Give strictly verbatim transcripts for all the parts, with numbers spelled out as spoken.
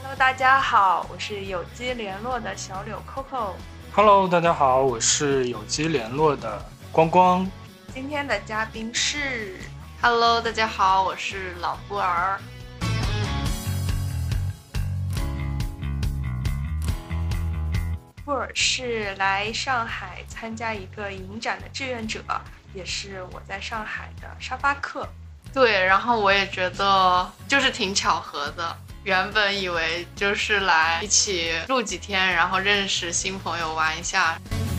Hello， 大家好，我是有机联络的小柳 Coco。 Hello， 大家好，我是有机联络的光光。 今天的嘉宾是 Hello， 大家好，我是老布儿。 布尔是来上海参加一个影展的志愿者，也是我在上海的沙发客。 对，然后我也觉得就是挺巧合的，原本以为就是来一起录几天，然后认识新朋友玩一下。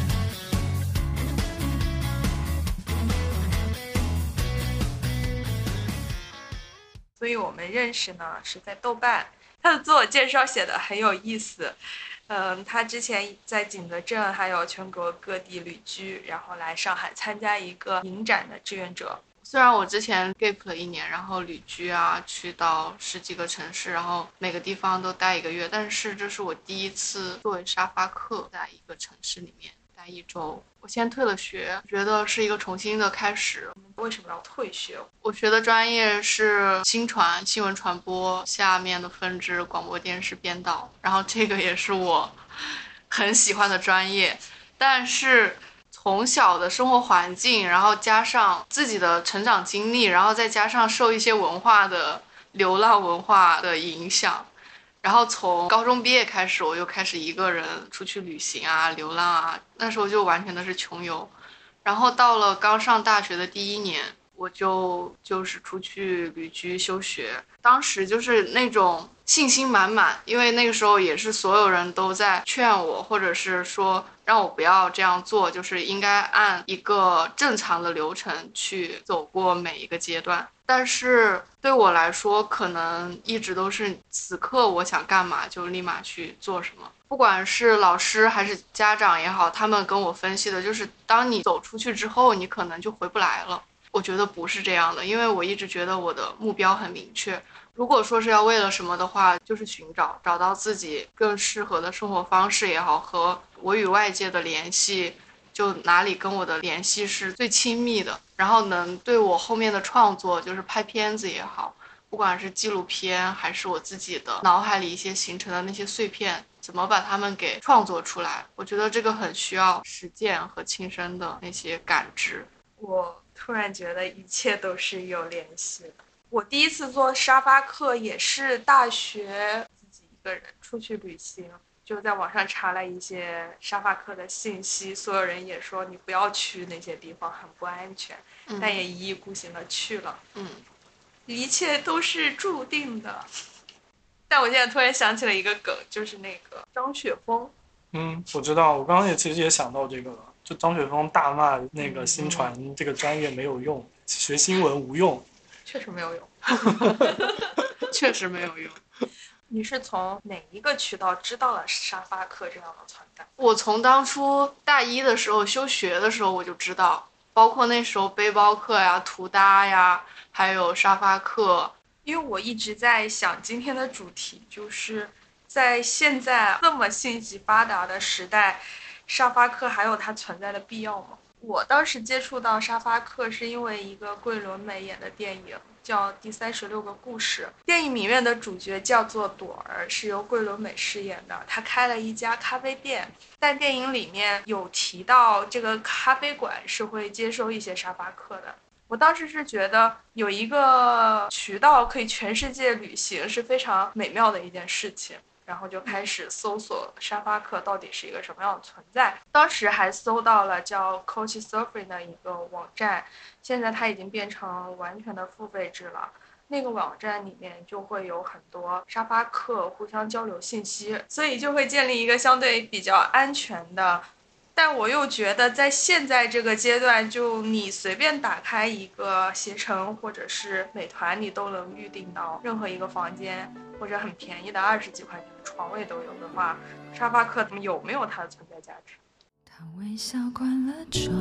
所以我们认识呢是在豆瓣，他的自我介绍写的很有意思。嗯，他之前在景德镇还有全国各地旅居，然后来上海参加一个影展的志愿者。 虽然我之前 gap 了一年，然后旅居啊，去到十几个城市，然后每个地方都待一个月，但是这是我第一次作为沙发客在一个城市里面待一周。我先退了学，觉得是一个重新的开始。 为什么要退学？ 我学的专业是新传新闻传播下面的分支广播电视编导，然后这个也是我很喜欢的专业，但是从小的生活环境，然后加上自己的成长经历，然后再加上受一些文化的流浪文化的影响，然后从高中毕业开始，我又开始一个人出去旅行啊、流浪啊，那时候就完全的是穷游。然后到了刚上大学的第一年，我就就是出去旅居休学，当时就是那种信心满满，因为那个时候也是所有人都在劝我，或者是说让我不要这样做，就是应该按一个正常的流程去走过每一个阶段。但是对我来说，可能一直都是此刻我想干嘛就立马去做什么。不管是老师还是家长也好，他们跟我分析的就是当你走出去之后，你可能就回不来了。我觉得不是这样的，因为我一直觉得我的目标很明确。如果说是要为了什么的话，就是寻找找到自己更适合的生活方式也好，和我与外界的联系，就哪里跟我的联系是最亲密的，然后能对我后面的创作，就是拍片子也好，不管是纪录片还是我自己的脑海里一些形成的那些碎片，怎么把它们给创作出来，我觉得这个很需要实践和亲身的那些感知。 我突然觉得一切都是有联系的。我第一次做沙发客也是大学自己一个人出去旅行，就在网上查了一些沙发客的信息，所有人也说你不要去那些地方，很不安全， 嗯、 但也一意孤行的去了。 嗯， 一切都是注定的。但我现在突然想起了一个梗，就是那个张雪峰。 嗯，我知道，我刚刚也其实也想到这个了，就张雪峰大骂那个新传这个专业没有用，嗯、学新闻无用。 确实没有用。 确实没有用。 你是从哪一个渠道知道了沙发客这样的存在？ 我从当初大一的时候休学的时候我就知道，包括那时候背包客呀、图搭呀，还有沙发客。 因为我一直在想今天的主题，就是在现在这么信息发达的时代，沙发客还有它存在的必要吗？我当时接触到沙发客是因为一个桂纶镁演的电影叫《第三十六个故事》，电影里面的主角叫做朵儿，是由桂纶镁饰演的。她开了一家咖啡店，但电影里面有提到这个咖啡馆是会接收一些沙发客的。我当时是觉得有一个渠道可以全世界旅行是非常美妙的一件事情，然后就开始搜索沙发客到底是一个什么样的存在。当时还搜到了叫 Couchsurfing 的一个网站，现在它已经变成完全的付费制了。那个网站里面就会有很多沙发客互相交流信息，所以就会建立一个相对比较安全的。但我又觉得在现在这个阶段，就你随便打开一个携程或者是美团，你都能预订到任何一个房间，或者很便宜的二十几块钱的床位都有的话，沙发客有没有它的存在价值？ 他微笑关了窗，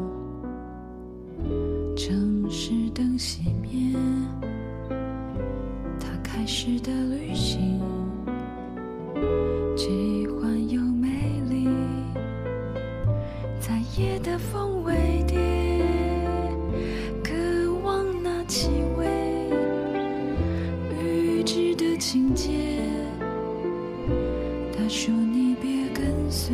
城市灯熄灭，他开始的旅行奇幻又美丽，在夜的风尾蝶，渴望那气味，预知的情节， 求你别跟随。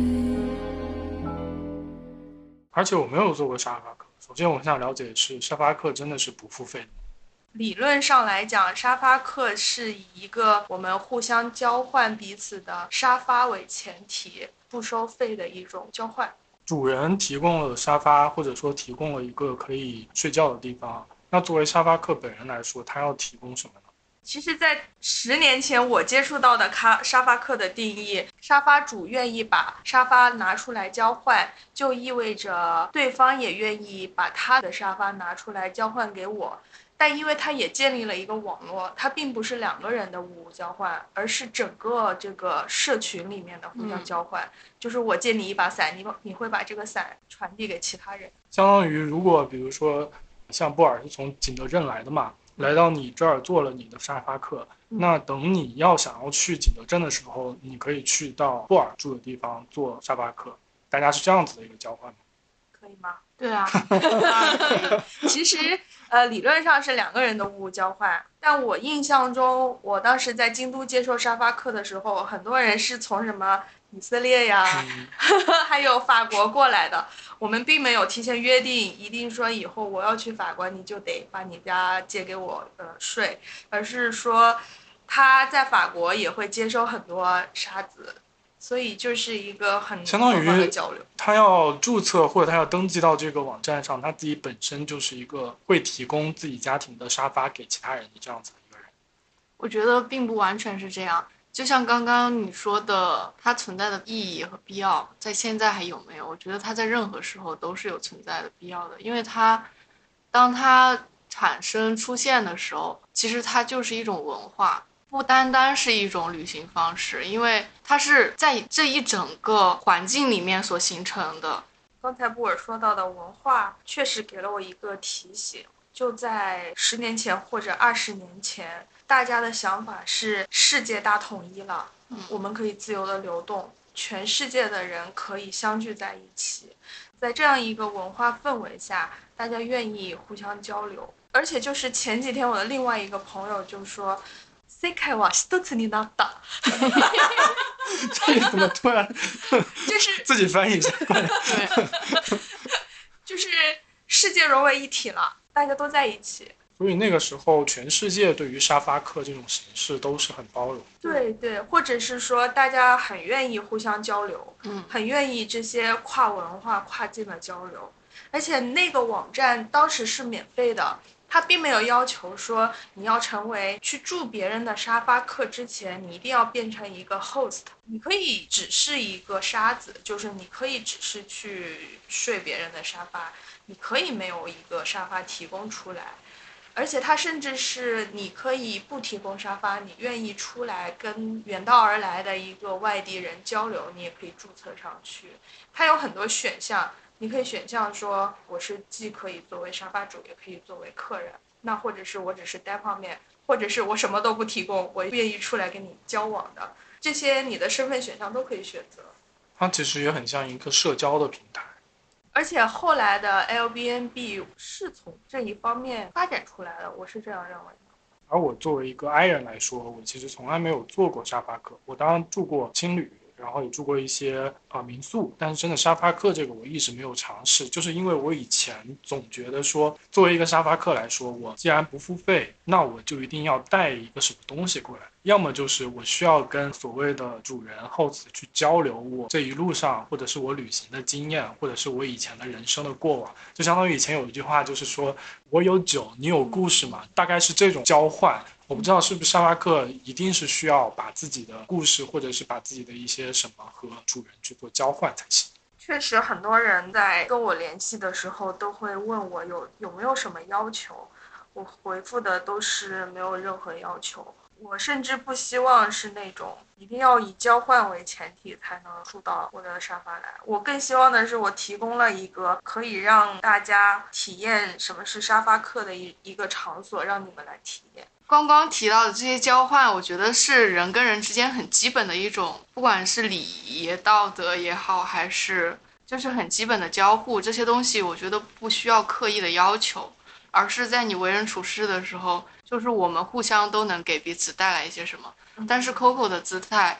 而且我没有做过沙发客。首先，我想了解的是，沙发客真的是不付费的吗？ 理论上来讲，沙发客是以一个我们互相交换彼此的沙发为前提，不收费的一种交换。 主人提供了沙发，或者说提供了一个可以睡觉的地方，那作为沙发客本人来说，他要提供什么呢？ 其实，在十年前我接触到的咖沙发客的定义，沙发主愿意把沙发拿出来交换，就意味着对方也愿意把他的沙发拿出来交换给我。但因为它也建立了一个网络，它并不是两个人的物物交换，而是整个这个社群里面的互相交换。嗯、就是我借你一把伞，你你会把这个伞传递给其他人。 相当于如果比如说像布尔是从景德镇来的嘛，来到你这儿做了你的沙发客，嗯、那等你要想要去景德镇的时候，你可以去到布尔住的地方做沙发客，大家是这样子的一个交换吗？ 可以吗？ 对啊， 其实呃，理论上是两个人的物物交换，但我印象中，我当时在京都接受沙发客的时候，很多人是从什么以色列呀，嗯、还有法国过来的。我们并没有提前约定，一定说以后我要去法国，你就得把你家借给我呃睡，而是说他在法国也会接收很多沙子。所以就是一个很相当于交流， 他要注册或者他要登记到这个网站上，他自己本身就是一个会提供自己家庭的沙发给其他人的这样子的一个人。 我觉得并不完全是这样，就像刚刚你说的，它存在的意义和必要，在现在还有没有？我觉得它在任何时候都是有存在的必要的，因为它，当它产生出现的时候，其实它就是一种文化。不单单是一种旅行方式，因为它是在这一整个环境里面所形成的。 刚才布尔说到的文化确实给了我一个提醒，就在十年前或者二十年前，大家的想法是世界大统一了，嗯、我们可以自由的流动，全世界的人可以相聚在一起。在这样一个文化氛围下，大家愿意互相交流。而且就是前几天我的另外一个朋友就说，世界は一つになった。 这怎么突然？ 就是自己翻译一下。 对，就是世界融为一体了，大家都在一起。 所以那个时候，全世界对于沙发客这种形式都是很包容。 对对，或者是说大家很愿意互相交流，嗯，很愿意这些跨文化、跨境的交流。而且那个网站当时是免费的。他并没有要求说你要成为去住别人的沙发客之前，你一定要变成一个 host。你可以只是一个沙子，就是你可以只是去睡别人的沙发，你可以没有一个沙发提供出来。而且他甚至是你可以不提供沙发，你愿意出来跟远道而来的一个外地人交流，你也可以注册上去。它有很多选项。你可以选项说我是既可以作为沙发主也可以作为客人，那或者是我只是单方面，或者是我什么都不提供，我愿意出来跟你交往的，这些你的身份选项都可以选择。 它其实也很像一个社交的平台。 而且后来的 Airbnb 是从这一方面发展出来的，我是这样认为的。 而我作为一个 I 人来说，我其实从来没有做过沙发客。我当然住过青旅，然后也住过一些呃民宿，但是真的沙发客这个我一直没有尝试，就是因为我以前总觉得说，作为一个沙发客来说，我既然不付费，那我就一定要带一个什么东西过来，要么就是我需要跟所谓的主人 host 去交流我这一路上或者是我旅行的经验，或者是我以前的人生的过往，就相当于以前有一句话就是说，我有酒你有故事嘛，大概是这种交换。我不知道是不是沙发客一定是需要把自己的故事或者是把自己的一些什么和主人去做交换才行。 确实很多人在跟我联系的时候都会问我有有没有什么要求，我回复的都是没有任何要求。我甚至不希望是那种一定要以交换为前提才能住到我的沙发来，我更希望的是我提供了一个可以让大家体验什么是沙发客的一一个场所，让你们来体验。 刚刚提到的这些交换，我觉得是人跟人之间很基本的一种，不管是礼仪道德也好，还是就是很基本的交互，这些东西我觉得不需要刻意的要求，而是在你为人处事的时候，就是我们互相都能给彼此带来一些什么。但是 Coco 的姿态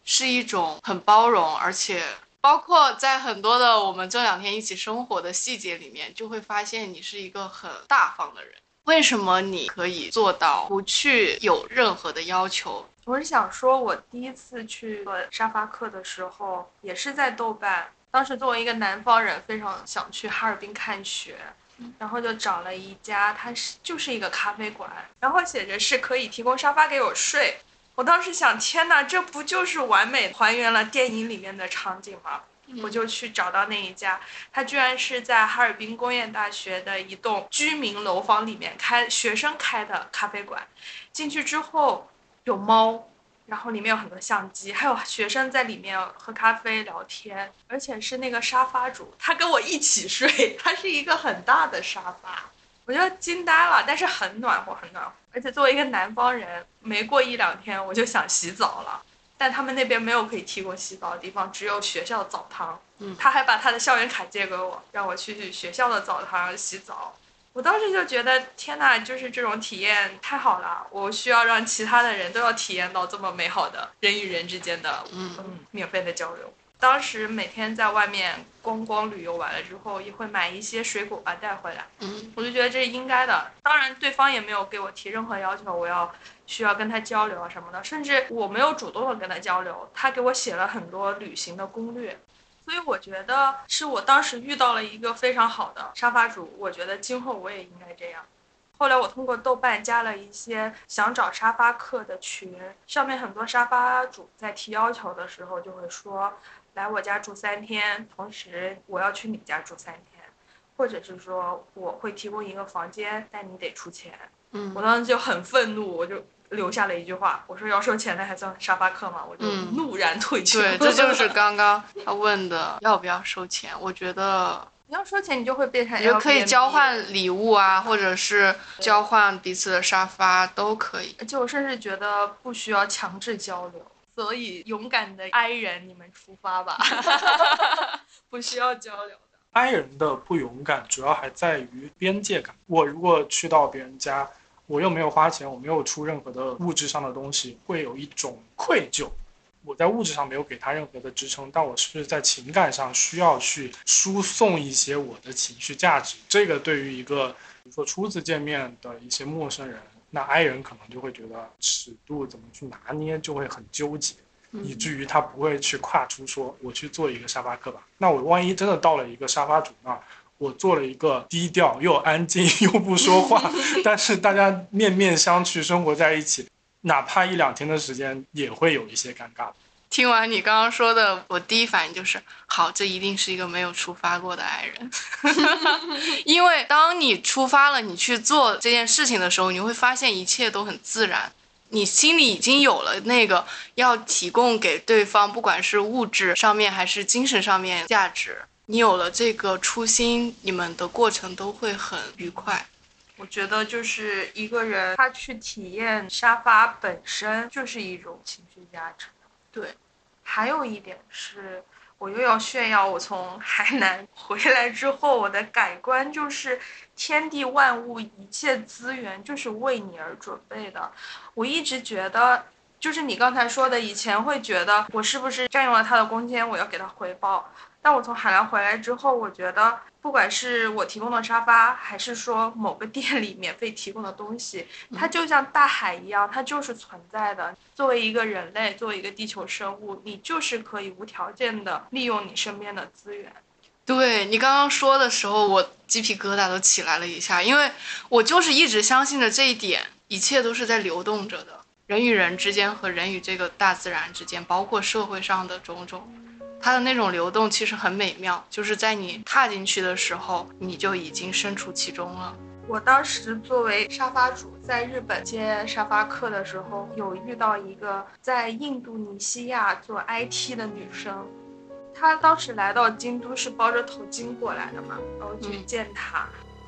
是一种很包容，而且包括在很多的我们这两天一起生活的细节里面，就会发现你是一个很大方的人。为什么你可以做到不去有任何的要求？ 我是想说，我第一次去做沙发客的时候，也是在豆瓣。当时作为一个南方人，非常想去哈尔滨看雪，然后就找了一家，它是就是一个咖啡馆，然后写着是可以提供沙发给我睡。我当时想，天哪，这不就是完美还原了电影里面的场景吗？我就去找到那一家，它居然是在哈尔滨工业大学的一栋居民楼房里面开学生开的咖啡馆。进去之后有猫，然后里面有很多相机，还有学生在里面喝咖啡聊天，而且是那个沙发主，他跟我一起睡，他是一个很大的沙发，我就惊呆了，但是很暖和，很暖和。而且作为一个南方人，没过一两天我就想洗澡了，但他们那边没有可以提供洗澡的地方，只有学校澡堂。 嗯， 他还把他的校园卡借给我，让我去学校的澡堂洗澡。我当时就觉得天哪，就是这种体验太好了，我需要让其他的人都要体验到这么美好的人与人之间的嗯嗯免费的交流。当时每天在外面观光旅游完了之后，也会买一些水果啊带回来， 嗯， 我就觉得这是应该的。当然对方也没有给我提任何要求，我要需要跟他交流啊什么的，甚至我没有主动的跟他交流，他给我写了很多旅行的攻略。所以我觉得是我当时遇到了一个非常好的沙发主，我觉得今后我也应该这样。后来我通过豆瓣加了一些想找沙发客的群，上面很多沙发主在提要求的时候就会说来我家住三天，同时我要去你家住三天，或者是说我会提供一个房间，但你得出钱。 嗯， 我当时就很愤怒，我就留下了一句话，我说要收钱的还算沙发客吗？我就怒然退去。 对，这就是刚刚他问的要不要收钱。我觉得你要收钱，你就会变成你就可以交换礼物啊，或者是交换彼此的沙发都可以。 而且我甚至觉得不需要强制交流，所以勇敢的 I 人，你们出发吧，不需要交流的。 I 人的不勇敢主要还在于边界感。我如果去到别人家，我又没有花钱，我没有出任何的物质上的东西，会有一种愧疚。我在物质上没有给他任何的支撑，但我是不是在情感上需要去输送一些我的情绪价值？这个对于一个比如说初次见面的一些陌生人，那 I 人可能就会觉得尺度怎么去拿捏就会很纠结，以至于他不会去跨出说我去做一个沙发客吧。那我万一真的到了一个沙发主那儿，我做了一个低调又安静又不说话，但是大家面面相觑生活在一起，哪怕一两天的时间也会有一些尴尬。 听完你刚刚说的，我第一反应就是好，这一定是一个没有出发过的爱人。因为当你出发了，你去做这件事情的时候，你会发现一切都很自然，你心里已经有了那个要提供给对方，不管是物质上面还是精神上面价值，你有了这个初心，你们的过程都会很愉快。 我觉得就是一个人他去体验沙发本身就是一种情绪价值。对，还有一点是我又要炫耀我从海南回来之后我的改观，就是天地万物一切资源就是为你而准备的。我一直觉得就是你刚才说的，以前会觉得我是不是占用了他的空间，我要给他回报。但我从海南回来之后，我觉得不管是我提供的沙发，还是说某个店里免费提供的东西，它就像大海一样，它就是存在的。作为一个人类，作为一个地球生物，你就是可以无条件的利用你身边的资源。 对，你刚刚说的时候，我鸡皮疙瘩都起来了一下，因为我就是一直相信着这一点，一切都是在流动着的，人与人之间和人与这个大自然之间，包括社会上的种种，它的那种流动其实很美妙，就是在你踏进去的时候，你就已经身处其中了。 我当时作为沙发主在日本接沙发客的时候，有遇到一个在印度尼西亚做 I T 的女生，她当时来到京都是包着头巾过来的嘛，然后去见她。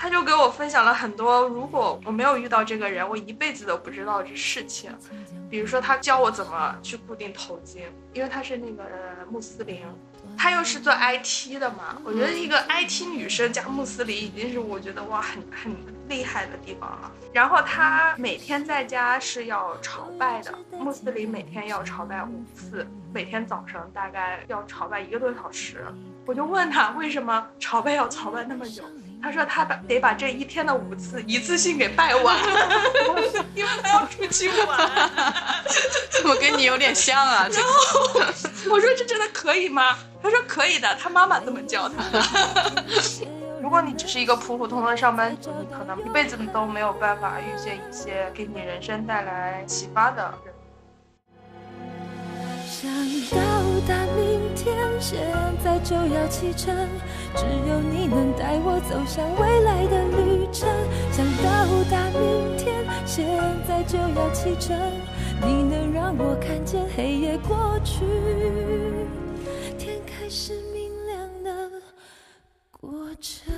他就给我分享了很多，如果我没有遇到这个人，我一辈子都不知道这事情。比如说，他教我怎么去固定头巾，因为他是那个穆斯林，他又是做 I T 的嘛。我觉得一个 I T 女生加穆斯林已经是我觉得哇很很厉害的地方了。然后他每天在家是要朝拜的，穆斯林每天要朝拜五次，每天早上大概要朝拜一个多小时。我就问他为什么朝拜要朝拜那么久，他说他得把这一天的五次一次性给拜完，因为他要出去玩。 怎么跟你有点像啊？这个我说这真的可以吗？他说可以的，他妈妈这么教他的。如果你只是一个普普通通的上班族，你可能一辈子都没有办法遇见一些给你人生带来启发的人。 想到达明天，现在就要启程，只有你能带我走向未来的旅程。想到达明天，现在就要启程，你能让我看见黑夜过去，天开始明亮的过程。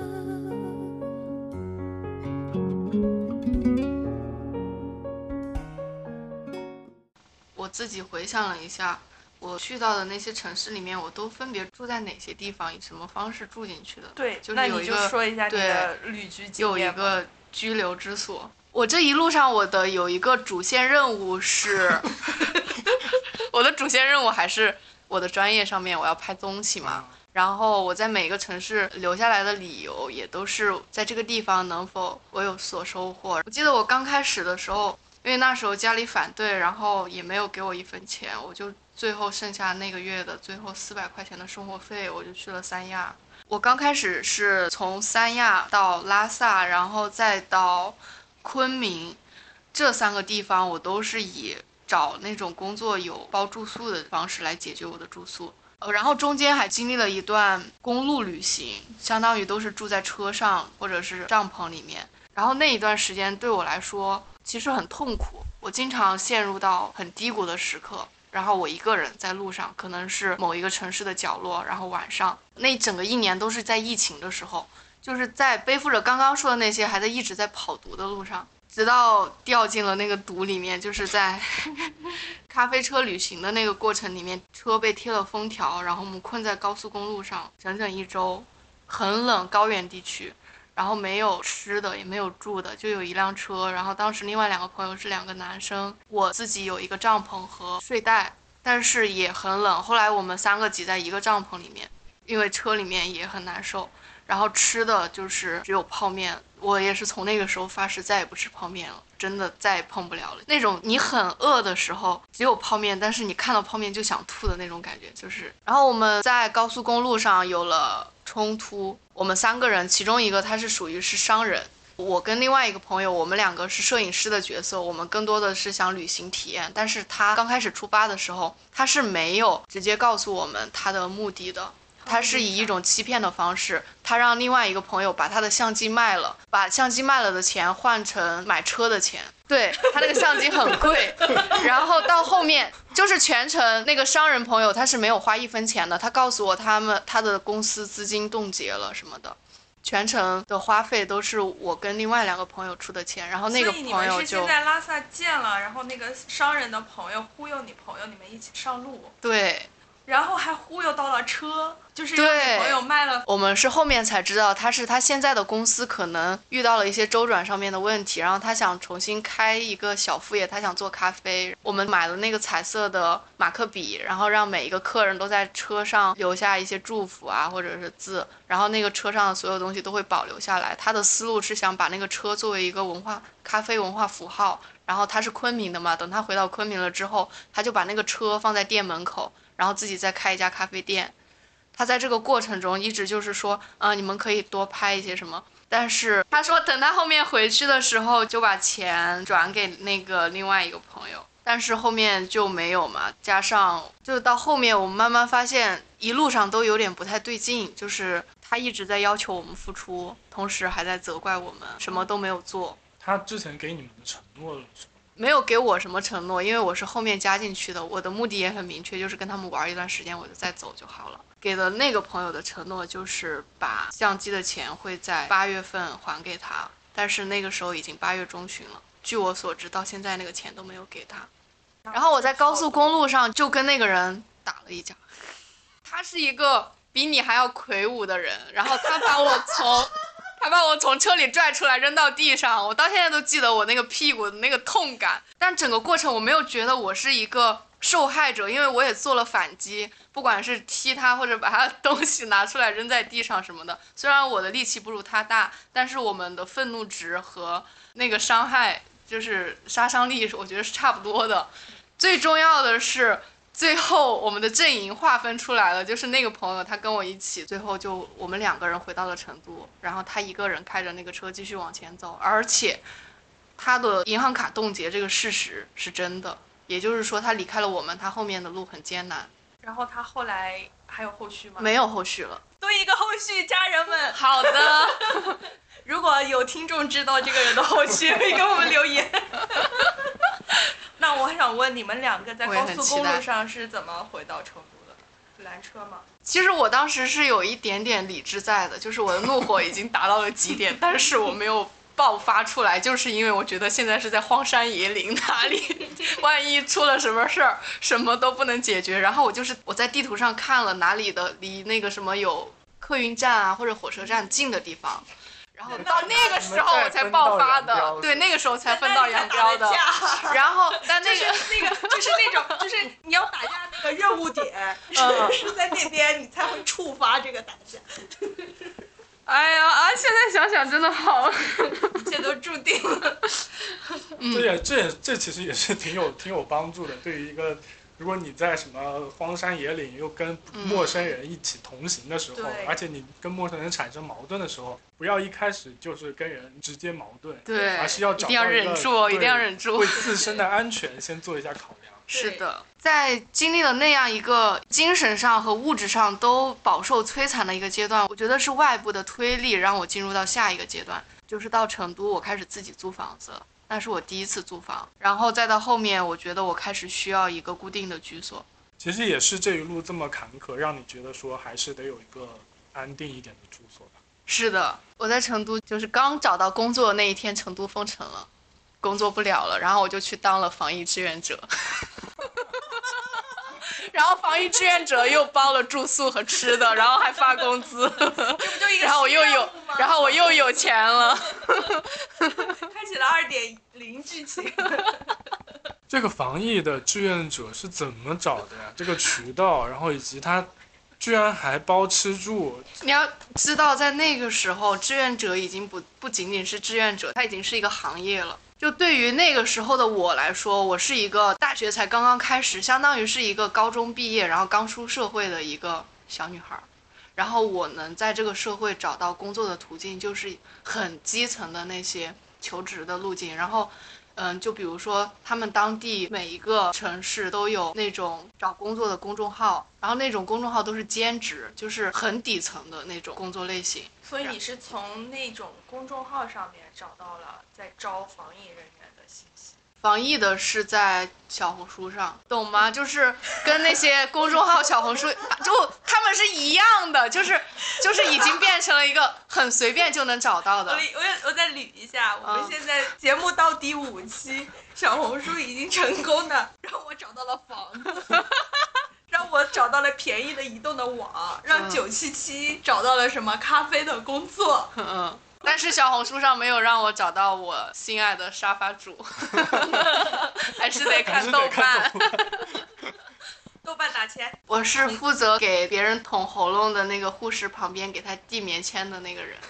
我自己回想了一下，我去到的那些城市里面，我都分别住在哪些地方，以什么方式住进去的。 对， 就是有一个， 那你就说一下你的旅居经验。 有一个居留之所。我这一路上我的有一个主线任务是，我的主线任务还是我的专业上面我要拍东西嘛。然后我在每个城市留下来的理由也都是在这个地方能否我有所收获。我记得我刚开始的时候，因为那时候家里反对，然后也没有给我一分钱，我就最后剩下那个月的最后四百块钱的生活费，我就去了三亚。我刚开始是从三亚到拉萨，然后再到昆明，这三个地方我都是以找那种工作有包住宿的方式来解决我的住宿。呃，然后中间还经历了一段公路旅行，相当于都是住在车上或者是帐篷里面。然后那一段时间对我来说其实很痛苦，我经常陷入到很低谷的时刻。然后我一个人在路上，可能是某一个城市的角落，然后晚上那整个一年都是在疫情的时候，就是在背负着刚刚说的那些，还在一直在跑毒的路上，直到掉进了那个毒里面，就是在咖啡车旅行的那个过程里面，车被贴了封条，然后我们困在高速公路上整整一周，很冷，高原地区，然后没有吃的也没有住的，就有一辆车，然后当时另外两个朋友是两个男生，我自己有一个帐篷和睡袋，但是也很冷，后来我们三个挤在一个帐篷里面，因为车里面也很难受，然后吃的就是只有泡面，我也是从那个时候发誓再也不吃泡面了，真的再也碰不了了。那种你很饿的时候只有泡面，但是你看到泡面就想吐的那种感觉，就是。然后我们在高速公路上有了冲突，我们三个人，其中一个他是属于是商人，我跟另外一个朋友，我们两个是摄影师的角色，我们更多的是想旅行体验。但是他刚开始出发的时候，他是没有直接告诉我们他的目的的，他是以一种欺骗的方式，他让另外一个朋友把他的相机卖了，把相机卖了的钱换成买车的钱。对，他那个相机很贵，然后到后面就是全程那个商人朋友他是没有花一分钱的，他告诉我他们他的公司资金冻结了什么的，全程的花费都是我跟另外两个朋友出的钱，然后那个朋友就。所以你们是先在拉萨见了，然后那个商人的朋友忽悠你朋友，你们一起上路。 对。 然后还忽悠到了车，就是让你朋友卖了。 我们是后面才知道，他是他现在的公司可能遇到了一些周转上面的问题，然后他想重新开一个小副业，他想做咖啡。我们买了那个彩色的马克笔，然后让每一个客人都在车上留下一些祝福啊，或者是字，然后那个车上的所有东西都会保留下来。他的思路是想把那个车作为一个文化咖啡文化符号，然后他是昆明的嘛，等他回到昆明了之后，他就把那个车放在店门口，然后自己再开一家咖啡店。他在这个过程中一直就是说，啊、呃，你们可以多拍一些什么。但是他说等他后面回去的时候，就把钱转给那个另外一个朋友。但是后面就没有嘛，加上就到后面我们慢慢发现，一路上都有点不太对劲，就是他一直在要求我们付出，同时还在责怪我们什么都没有做。 他之前给你们的承诺是什么？ 没有给我什么承诺，因为我是后面加进去的，我的目的也很明确，就是跟他们玩一段时间我就再走就好了。给了那个朋友的承诺就是把相机的钱会在八月份还给他，但是那个时候已经八月中旬了，据我所知到现在那个钱都没有给他。然后我在高速公路上就跟那个人打了一架，他是一个比你还要魁梧的人，然后他把我从他把我从车里拽出来扔到地上，我到现在都记得我那个屁股的那个痛感。但整个过程我没有觉得我是一个受害者，因为我也做了反击，不管是踢他或者把他的东西拿出来扔在地上什么的。虽然我的力气不如他大，但是我们的愤怒值和那个伤害就是杀伤力我觉得是差不多的。最重要的是最后我们的阵营划分出来了，就是那个朋友他跟我一起，最后就我们两个人回到了成都，然后他一个人开着那个车继续往前走，而且他的银行卡冻结这个事实是真的，也就是说他离开了我们，他后面的路很艰难。 然后他后来还有后续吗？ 没有后续了。 多一个后续，家人们。 好的。 如果有听众知道这个人的后续，可以给我们留言。那我想问，你们两个在高速公路上是怎么回到成都的？拦车吗？ 其实我当时是有一点点理智在的，就是我的怒火已经达到了极点，但是我没有爆发出来，就是因为我觉得现在是在荒山野岭，哪里万一出了什么事儿，什么都不能解决。然后我就是我在地图上看了哪里的离那个什么有客运站啊或者火车站近的地方。然后到那个时候我才爆发的，对，那个时候才分道扬镳的。然后，但那个、 就是、那个就是那种，就是你要打架那个任务点，嗯、是在那边，你才会触发这个打架。 哎呀啊！现在想想真的好， 一切都注定了。 这也这也这其实也是挺有挺有帮助的，对于一个。如果你在什么荒山野岭又跟陌生人一起同行的时候、嗯、而且你跟陌生人产生矛盾的时候，不要一开始就是跟人直接矛盾， 对， 而是要找到一个一定要忍住，一定要忍住， 为自身的安全先做一下考量。 是的，在经历了那样一个精神上和物质上都饱受摧残的一个阶段，我觉得是外部的推力让我进入到下一个阶段，就是到成都我开始自己租房子了。那是我第一次租房，然后再到后面我觉得我开始需要一个固定的居所。 其实也是这一路这么坎坷，让你觉得说还是得有一个安定一点的住所吧。 是的，我在成都就是刚找到工作的那一天，成都封城了，工作不了了，然后我就去当了防疫志愿者。然后防疫志愿者又包了住宿和吃的，然后还发工资，然后我又有，然后我又有钱了， 开启了二点零剧情。 这个防疫的志愿者是怎么找的呀？这个渠道，然后以及他居然还包吃住。 你要知道，在那个时候，志愿者已经不不仅仅是志愿者，它已经是一个行业了。就对于那个时候的我来说，我是一个大学才刚刚开始，相当于是一个高中毕业，然后刚出社会的一个小女孩。然后我能在这个社会找到工作的途径，就是很基层的那些求职的路径。然后，嗯，就比如说他们当地每一个城市都有那种找工作的公众号，然后那种公众号都是兼职，就是很底层的那种工作类型。 所以你是从那种公众号上面找到了在招防疫人员的信息？ 防疫的是在小红书上，懂吗？就是跟那些公众号小红书就他们是一样的，就是就是已经变成了一个很随便就能找到的。 我我我再捋一下，我们现在节目到第五期，小红书已经成功的让我找到了房子。让我找到了便宜的移动的网，让九七七找到了什么咖啡的工作。 嗯，但是小红书上没有让我找到我心爱的沙发主，还是得看豆瓣。 豆瓣打钱。 我是负责给别人捅喉咙的那个护士旁边给他递棉签的那个人。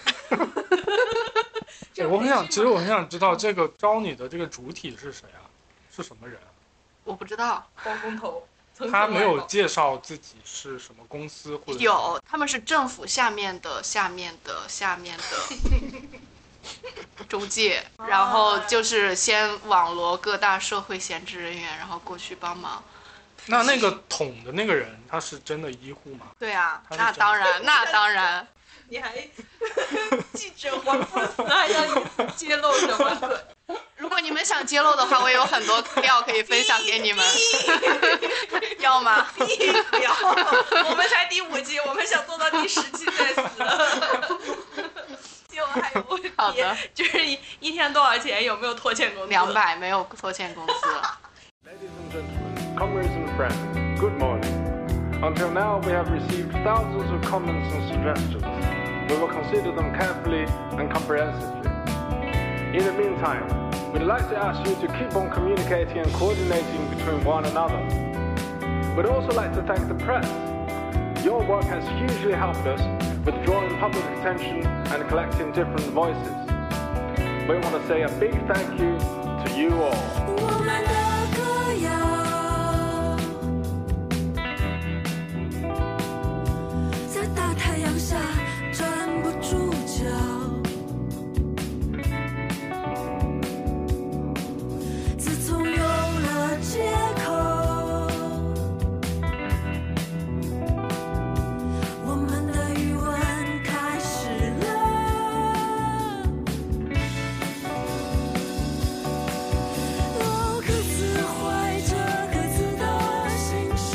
我很想，其实我很想知道这个招你的这个主体是谁啊？是什么人？ 我不知道。 包工头。 他没有介绍自己是什么公司或者有，他们是政府下面的下面的下面的中介，然后就是先网罗各大社会闲置人员，然后过去帮忙。 那那个捅的那个人，他是真的医护吗？ 对啊，那当然，那当然。 你还记者黄不死还要你揭露什么鬼？ 如果你们想揭露的话，我有很多料可以分享给你们。要吗？ 不要，我们才第五集，我们想做到第十集再死。就还有问题， 好的， 就是一一天多少钱？有没有拖欠工资？ 两百，没有拖欠工资。 Ladies and gentlemen, comrades and friends, good morning. Until now, we have received thousands of comments and suggestions. We will consider them carefully and comprehensively. In the meantime, we'd like to ask you to keep on communicating and coordinating between one another. We'd also like to thank the press. Your work has hugely helped us with drawing public attention and collecting different voices. We want to say a big thank you to you all. 我们的歌谣在大太阳下站不住脚，自从有了借口，我们的余温开始了。我各自怀着各自的心事。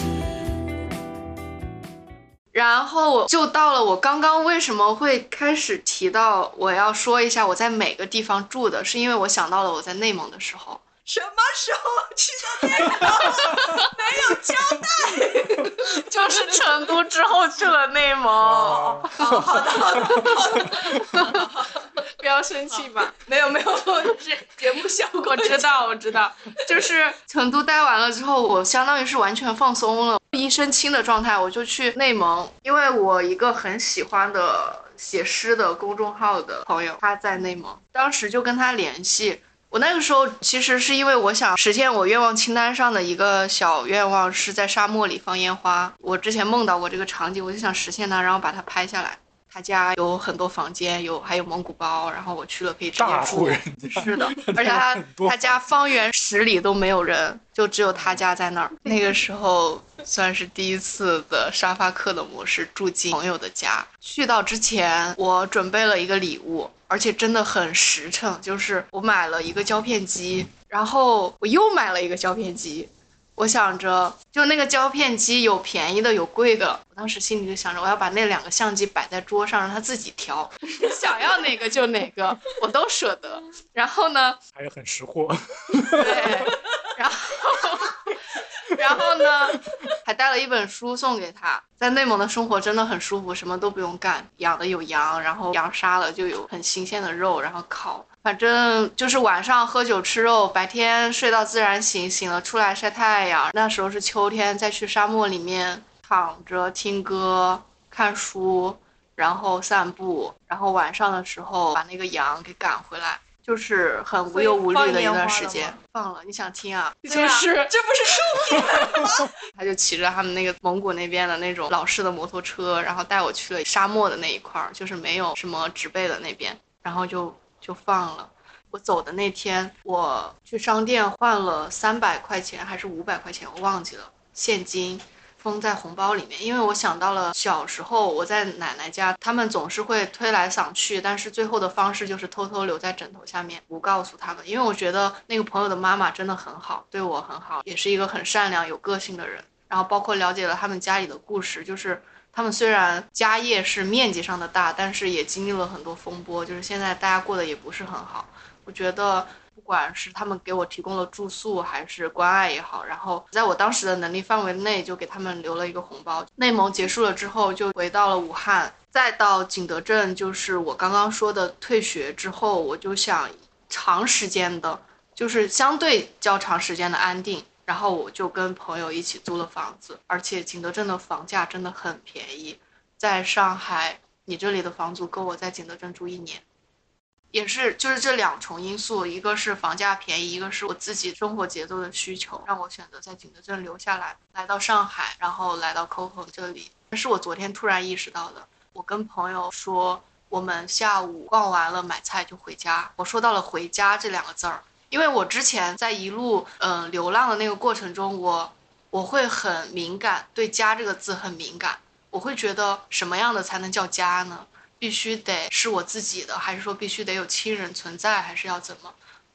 然后就到了我刚刚为什么会开始提到我要说一下我在每个地方住的，是因为我想到了我在内蒙的时候。 什么时候去的内蒙？没有交代。 就是成都之后去了内蒙。 哦好好的，好的，好的。 不要生气吧。 没有没有，是节目效果。 我知道，我知道，就是成都待完了之后，我相当于是完全放松了，一身轻的状态，我就去内蒙，因为我一个很喜欢的写诗的公众号的朋友，他在内蒙，当时就跟他联系。我那个时候其实是因为我想实现我愿望清单上的一个小愿望，是在沙漠里放烟花。我之前梦到过这个场景，我就想实现它，然后把它拍下来。他家有很多房间，有还有蒙古包，然后我去了可以直接住大户人家。 是的，而且他他家方圆十里都没有人，就只有他家在那儿。那个时候算是第一次的沙发客的模式，住进朋友的家。去到之前，我准备了一个礼物，而且真的很实诚，就是我买了一个胶片机，然后我又买了一个胶片机。我想着就那个胶片机有便宜的有贵的，我当时心里就想着我要把那两个相机摆在桌上让他自己挑，想要哪个就哪个，我都舍得。然后呢还有很识货。 对，然后然后呢还带了一本书送给他。在内蒙的生活真的很舒服，什么都不用干，养的有羊，然后羊杀了就有很新鲜的肉，然后烤，反正就是晚上喝酒吃肉，白天睡到自然醒，醒了出来晒太阳。那时候是秋天，再去沙漠里面躺着听歌看书，然后散步，然后晚上的时候把那个羊给赶回来，就是很无忧无虑的一段时间。放了，你想听啊？就是、 啊、这不是树片吗？ 他就骑着他们那个蒙古那边的那种老式的摩托车，然后带我去了沙漠的那一块，就是没有什么植被的那边，然后就就放了。我走的那天，我去商店换了三百块钱还是五百块钱，我忘记了，现金。封在红包里面，因为我想到了小时候我在奶奶家，他们总是会推来搡去，但是最后的方式就是偷偷留在枕头下面，不告诉他们。因为我觉得那个朋友的妈妈真的很好，对我很好，也是一个很善良有个性的人。然后包括了解了他们家里的故事，就是他们虽然家业是面积上的大，但是也经历了很多风波，就是现在大家过得也不是很好。我觉得不管是他们给我提供了住宿还是关爱也好，然后在我当时的能力范围内就给他们留了一个红包。内蒙结束了之后就回到了武汉，再到景德镇，就是我刚刚说的退学之后，我就想长时间的就是相对较长时间的安定，然后我就跟朋友一起租了房子，而且景德镇的房价真的很便宜，在上海你这里的房租够我在景德镇住一年。也是就是这两重因素，一个是房价便宜，一个是我自己生活节奏的需求，让我选择在景德镇留下来，来到上海，然后来到 Coco 这里。这是我昨天突然意识到的。我跟朋友说我们下午逛完了买菜就回家，我说到了回家这两个字儿，因为我之前在一路嗯、呃、流浪的那个过程中，我我会很敏感，对家这个字很敏感，我会觉得什么样的才能叫家呢？必须得是我自己的，还是说必须得有亲人存在，还是要怎么？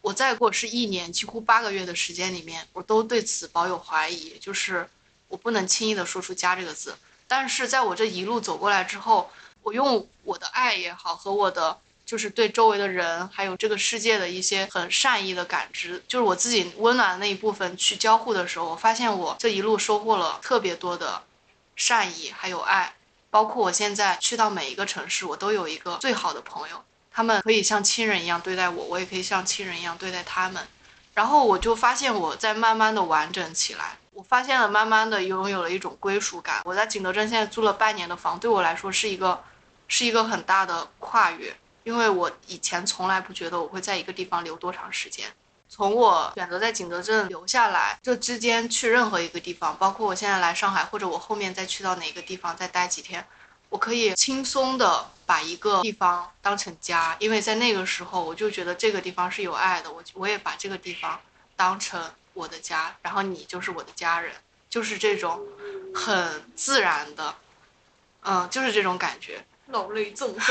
我再过是一年几乎八个月的时间里面，我都对此保有怀疑，就是我不能轻易的说出家这个字。但是在我这一路走过来之后，我用我的爱也好，和我的就是对周围的人还有这个世界的一些很善意的感知，就是我自己温暖的那一部分去交互的时候，我发现我这一路收获了特别多的善意还有爱。包括我现在去到每一个城市，我都有一个最好的朋友，他们可以像亲人一样对待我，我也可以像亲人一样对待他们。然后我就发现我在慢慢的完整起来，我发现了慢慢的拥有了一种归属感。我在景德镇现在租了半年的房，对我来说是一个是一个很大的跨越，因为我以前从来不觉得我会在一个地方留多长时间。从我选择在景德镇留下来，这之间去任何一个地方，包括我现在来上海，或者我后面再去到哪个地方再待几天，我可以轻松的把一个地方当成家，因为在那个时候我就觉得这个地方是有爱的，我我也把这个地方当成我的家，然后你就是我的家人，就是这种很自然的，嗯，就是这种感觉。 老泪纵横。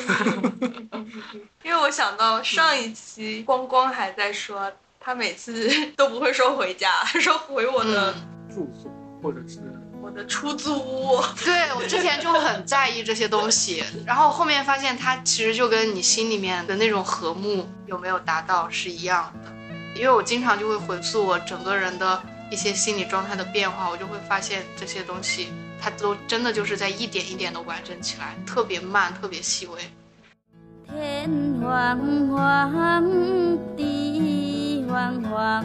因为我想到上一期光光还在说，他每次都不会说回家，说回我的住所或者是我的出租屋。 对，我之前就很在意这些东西，然后后面发现它其实就跟你心里面的那种和睦有没有达到是一样的。因为我经常就会回溯我整个人的一些心理状态的变化，我就会发现这些东西它都真的就是在一点一点的完整起来，特别慢，特别细微。 天黄黄，地黄黄，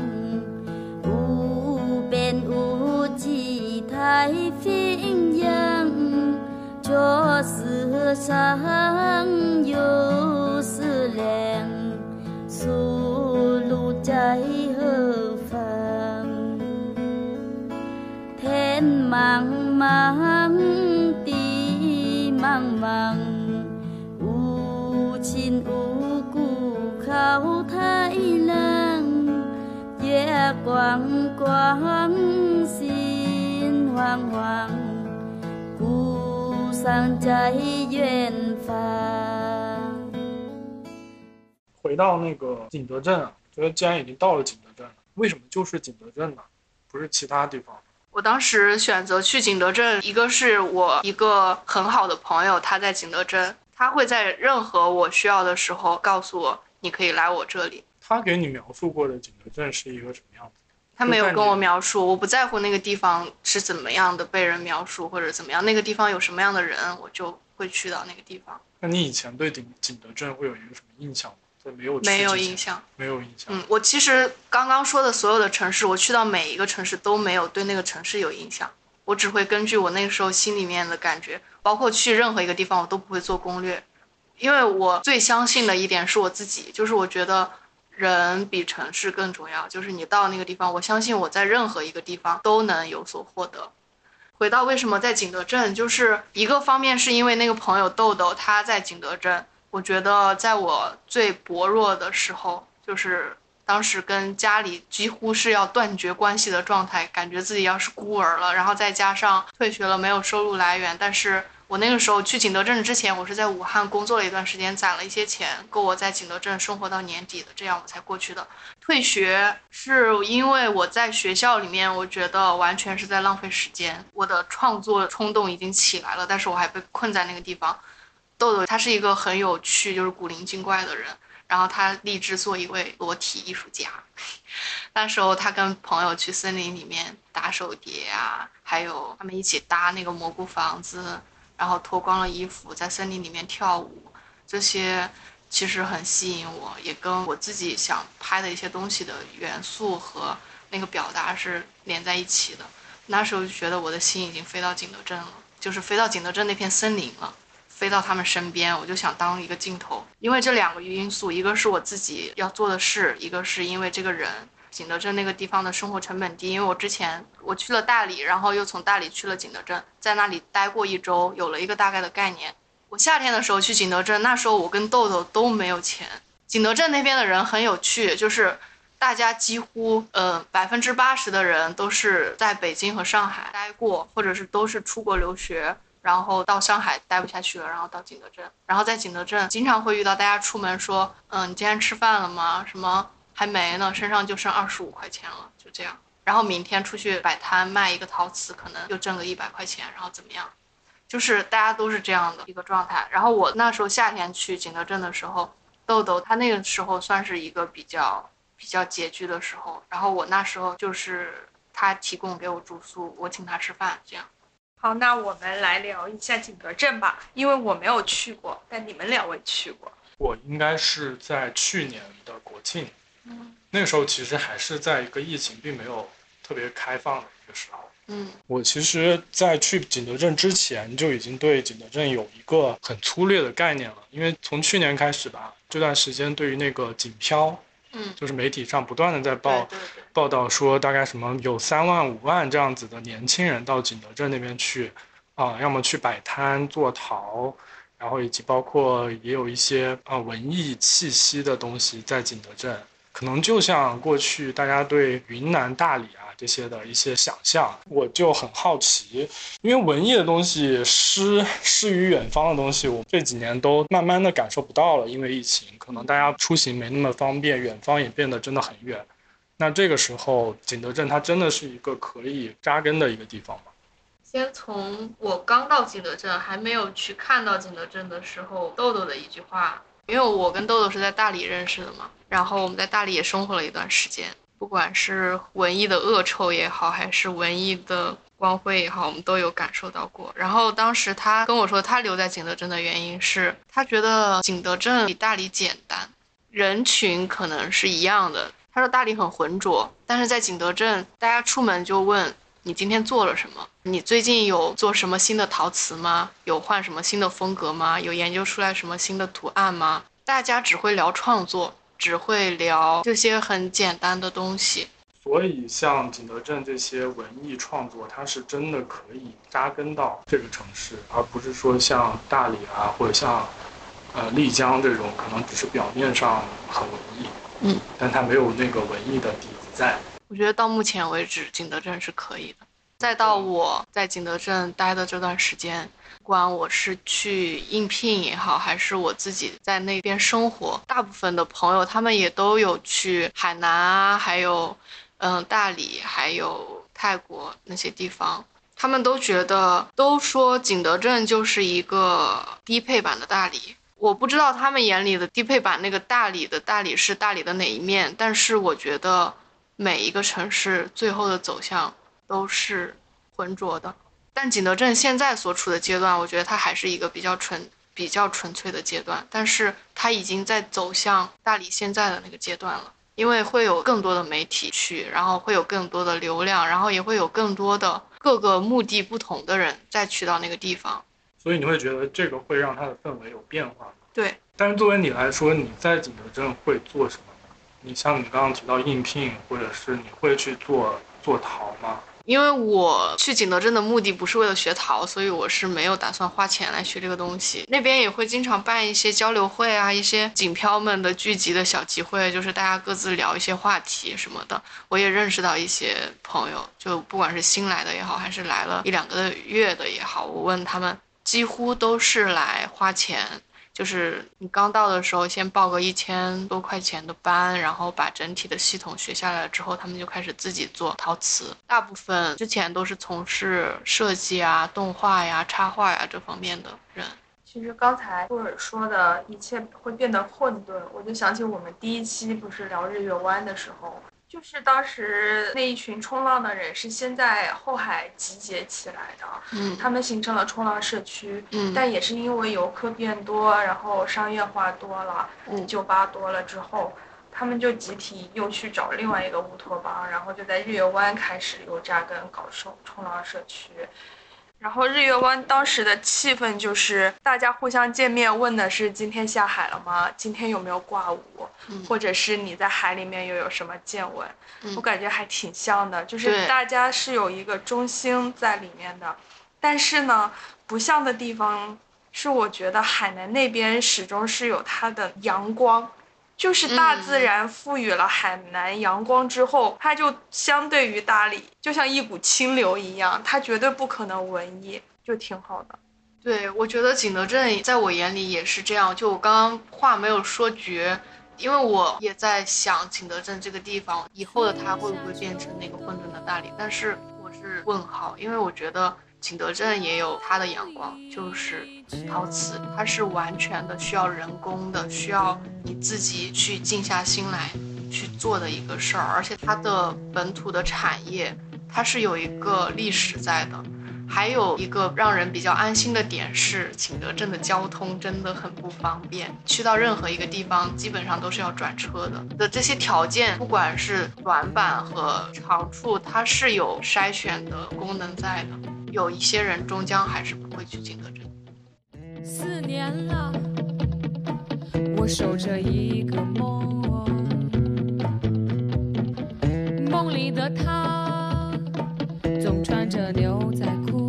无边无际太平洋，这世上有思量，出路在何方？天茫茫，地茫茫，无亲无故靠太冷，月光光，心慌慌，故乡在远方。 回到那个景德镇啊，觉得既然已经到了景德镇了，为什么就是景德镇呢？不是其他地方？ 我当时选择去景德镇，一个是我一个很好的朋友，他在景德镇，他会在任何我需要的时候告诉我，你可以来我这里。 他给你描述过的景德镇是一个什么样子？ 他没有跟我描述，我不在乎那个地方是怎么样的被人描述或者怎么样，那个地方有什么样的人，我就会去到那个地方。 那你以前对景景德镇会有一个什么印象吗？在没有没有印象， 没有印象。 嗯，我其实刚刚说的所有的城市，我去到每一个城市都没有对那个城市有印象，我只会根据我那个时候心里面的感觉，包括去任何一个地方我都不会做攻略，因为我最相信的一点是我自己，就是我觉得人比城市更重要，就是你到那个地方，我相信我在任何一个地方都能有所获得。回到为什么在景德镇，就是一个方面是因为那个朋友豆豆他在景德镇，我觉得在我最薄弱的时候，就是当时跟家里几乎是要断绝关系的状态，感觉自己要是孤儿了，然后再加上退学了，没有收入来源，但是我那个时候去景德镇之前，我是在武汉工作了一段时间，攒了一些钱，够我在景德镇生活到年底的，这样我才过去的。退学是因为我在学校里面，我觉得完全是在浪费时间，我的创作冲动已经起来了，但是我还被困在那个地方。豆豆他是一个很有趣，就是古灵精怪的人，然后他立志做一位裸体艺术家。那时候他跟朋友去森林里面打手碟啊，还有他们一起搭那个蘑菇房子，然后脱光了衣服在森林里面跳舞，这些其实很吸引我，也跟我自己想拍的一些东西的元素和那个表达是连在一起的。那时候就觉得我的心已经飞到景德镇了，就是飞到景德镇那片森林了，飞到他们身边，我就想当一个镜头。因为这两个因素，一个是我自己要做的事，一个是因为这个人。景德镇那个地方的生活成本低，因为我之前我去了大理，然后又从大理去了景德镇，在那里待过一周，有了一个大概的概念。我夏天的时候去景德镇，那时候我跟豆豆都没有钱。景德镇那边的人很有趣，就是大家几乎呃百分之八十的人都是在北京和上海待过，或者是都是出国留学，然后到上海待不下去了，然后到景德镇，然后在景德镇经常会遇到大家出门说，嗯，你今天吃饭了吗？什么？ 还没呢，身上就剩二十五块钱了，就这样。然后明天出去摆摊卖一个陶瓷，可能又挣个一百块钱，然后怎么样？就是大家都是这样的一个状态。然后我那时候夏天去景德镇的时候，豆豆他那个时候算是一个比较比较拮据的时候，然后我那时候就是他提供给我住宿，我请他吃饭，这样。 好，那我们来聊一下景德镇吧，因为我没有去过，但你们两位去过。 我应该是在去年的国庆，嗯，那个时候其实还是在一个疫情并没有特别开放的一个时候。 嗯， 我其实在去景德镇之前就已经对景德镇有一个很粗略的概念了，因为从去年开始吧，这段时间对于那个景漂， 嗯， 就是媒体上不断的在报对对对报道说大概什么有三万五万这样子的年轻人到景德镇那边去啊、呃，要么去摆摊做陶，然后以及包括也有一些啊、呃、文艺气息的东西在景德镇，可能就像过去大家对云南大理啊这些的一些想象，我就很好奇，因为文艺的东西诗诗与远方的东西我这几年都慢慢的感受不到了，因为疫情可能大家出行没那么方便，远方也变得真的很远。那这个时候景德镇它真的是一个可以扎根的一个地方吗？ 先从我刚到景德镇还没有去看到景德镇的时候，豆豆的一句话，因为我跟豆豆是在大理认识的嘛，然后我们在大理也生活了一段时间，不管是文艺的恶臭也好，还是文艺的光辉也好，我们都有感受到过。然后当时他跟我说他留在景德镇的原因是他觉得景德镇比大理简单，人群可能是一样的，他说大理很浑浊，但是在景德镇大家出门就问你今天做了什么，你最近有做什么新的陶瓷吗？有换什么新的风格吗？有研究出来什么新的图案吗？大家只会聊创作，只会聊这些很简单的东西。 所以像景德镇这些文艺创作，它是真的可以扎根到这个城市，而不是说像大理啊或者像呃丽江这种可能只是表面上很文艺， 嗯， 但它没有那个文艺的底子在。 我觉得到目前为止景德镇是可以的。再到我在景德镇待的这段时间，不管我是去应聘也好，还是我自己在那边生活，大部分的朋友他们也都有去海南啊，还有嗯大理，还有泰国那些地方，他们都觉得都说景德镇就是一个低配版的大理。我不知道他们眼里的低配版那个大理的大理是大理的哪一面，但是我觉得每一个城市最后的走向都是浑浊的。但景德镇现在所处的阶段，我觉得它还是一个比较纯比较纯粹的阶段，但是它已经在走向大理现在的那个阶段了，因为会有更多的媒体去，然后会有更多的流量，然后也会有更多的各个目的不同的人再去到那个地方。 所以你会觉得这个会让它的氛围有变化吗？ 对。 但是作为你来说，你在景德镇会做什么呢？你像你刚刚提到应聘，或者是你会去做做陶吗？ 因为我去景德镇的目的不是为了学陶，所以我是没有打算花钱来学这个东西。那边也会经常办一些交流会啊，一些景漂们的聚集的小集会，就是大家各自聊一些话题什么的。我也认识到一些朋友，就不管是新来的也好，还是来了一两个月的也好，我问他们几乎都是来花钱，就是你刚到的时候先报个一千多块钱的班，然后把整体的系统学下来了之后，他们就开始自己做陶瓷。大部分之前都是从事设计啊、动画呀、插画呀这方面的人。 其实刚才布尔说的一切会变得混沌，我就想起我们第一期不是聊日月湾的时候，就是当时那一群冲浪的人是先在后海集结起来的， 嗯， 他们形成了冲浪社区， 嗯， 但也是因为游客变多，然后商业化多了， 嗯， 酒吧多了之后，他们就集体又去找另外一个乌托邦，然后就在日月湾开始又扎根搞冲冲浪社区。然后日月湾当时的气氛就是大家互相见面问的是今天下海了吗？今天有没有挂舞？ 嗯， 或者是你在海里面又有什么见闻？ 嗯， 我感觉还挺像的，就是大家是有一个中心在里面的。但是呢，不像的地方是我觉得海南那边始终是有它的阳光，就是大自然赋予了海南阳光之后，它就相对于大理就像一股清流一样，它绝对不可能文艺，就挺好的。 对，我觉得景德镇在我眼里也是这样，就我刚刚话没有说绝， 因为我也在想景德镇这个地方以后的它会不会变成那个混沌的大理，但是我是问号，因为我觉得景德镇也有它的阳光，就是陶瓷，它是完全的需要人工的，需要你自己去静下心来去做的一个事儿，而且它的本土的产业它是有一个历史在的。还有一个让人比较安心的点是，景德镇的交通真的很不方便，去到任何一个地方基本上都是要转车的。的这些条件，不管是短板和长处，它是有筛选的功能在的。有一些人终将还是不会去景德镇。 四年了，我守着一个梦，梦里的他总穿着牛仔裤。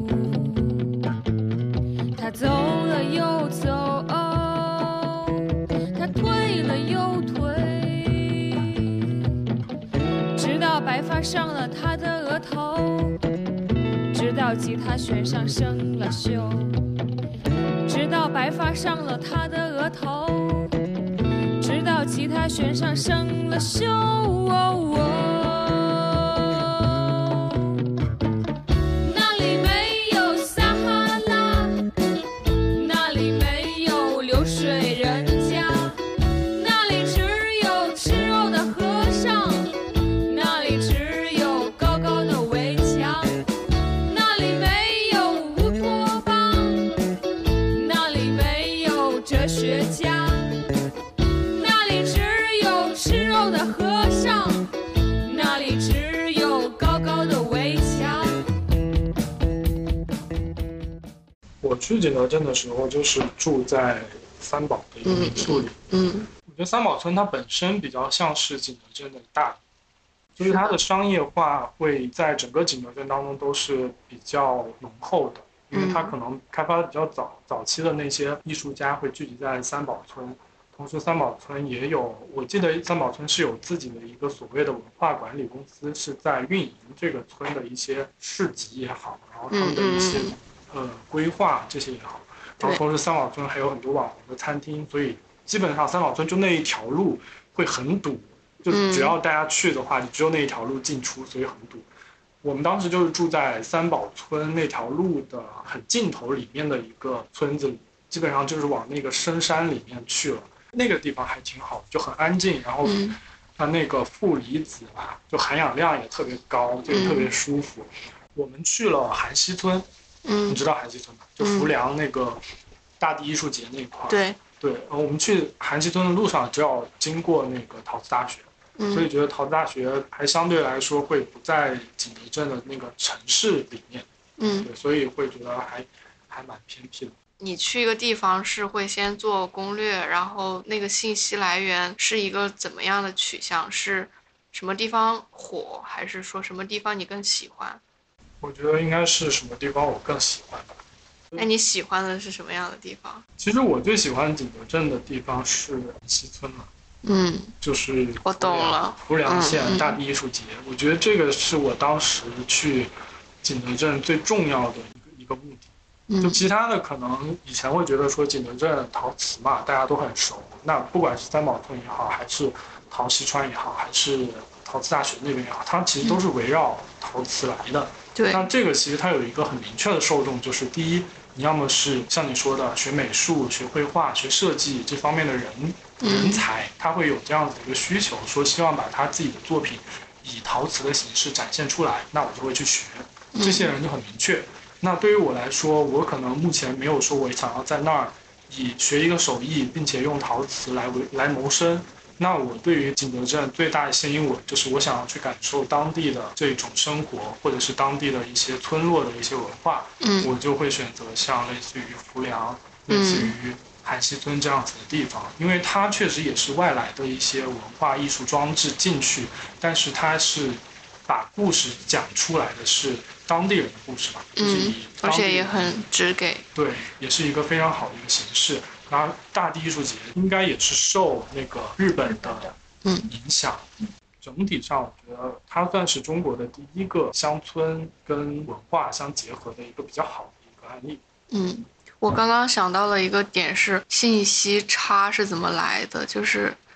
他走了又走，哦，他退了又退，直到白发上了他的额头，直到吉他弦上生了锈，直到白发上了他的额头，直到吉他弦上生了锈，哦哦我去景德镇的时候，就是住在三宝的一个民宿里。 嗯， 我觉得三宝村它本身比较像是景德镇的大理，就是它的商业化会在整个景德镇当中都是比较浓厚的，因为它可能开发的比较早，早期的那些艺术家会聚集在三宝村。同时三宝村也有，我记得三宝村是有自己的一个所谓的文化管理公司，是在运营这个村的一些市集也好，然后他们的一些、嗯嗯、呃规划这些也好，然后同时三宝村还有很多网红的餐厅，所以基本上三宝村就那一条路会很堵，就只要大家去的话，你只有那一条路进出，所以很堵。我们当时就是住在三宝村那条路的很尽头里面的一个村子里，基本上就是往那个深山里面去了。那个地方还挺好，就很安静，然后它那个负离子吧，就含氧量也特别高，就特别舒服。嗯、我们去了韩溪村，嗯，你知道韩溪村吗？就浮梁那个大地艺术节那一块。 对对，我们去韩溪村的路上就要经过那个陶瓷大学，嗯、所以觉得陶瓷大学还相对来说会不在景德镇的那个城市里面，嗯，对，所以会觉得还还蛮偏僻的。 你去一个地方是会先做攻略，然后那个信息来源是一个怎么样的取向？是什么地方火，还是说什么地方你更喜欢？ 我觉得应该是什么地方我更喜欢吧。 那你喜欢的是什么样的地方？ 其实我最喜欢景德镇的地方是韩溪村了。 嗯， 就是我懂了， 浮梁县大地艺术节、嗯嗯，我觉得这个是我当时去景德镇最重要的一个一个目的。就其他的可能以前会觉得说景德镇陶瓷嘛，大家都很熟，那不管是三宝村也好，还是陶溪川也好，还是陶瓷大学那边也好，它其实都是围绕陶瓷来的。 对， 那这个其实它有一个很明确的受众，就是第一，你要么是像你说的学美术、学绘画、学设计这方面的人人才，他会有这样子的一个需求，说希望把他自己的作品以陶瓷的形式展现出来，那我就会去学，这些人就很明确。那对于我来说，我可能目前没有说我想要在那儿以学一个手艺，并且用陶瓷来为来谋生。那我对于景德镇最大的吸引我，就是我想要去感受当地的这种生活，或者是当地的一些村落的一些文化。嗯，我就会选择像类似于浮梁、类似于韩溪村这样子的地方，因为它确实也是外来的一些文化艺术装置进去，但是它是把故事讲出来的是当地人的故事嘛，就是以而且也很直给， 对，也是一个非常好的一个形式。然后大地艺术节应该也是受那个日本的影响，嗯、整体上我觉得它算是中国的第一个乡村跟文化相结合的一个比较好的一个案例。 嗯，我刚刚想到了一个点是信息差是怎么来的，就是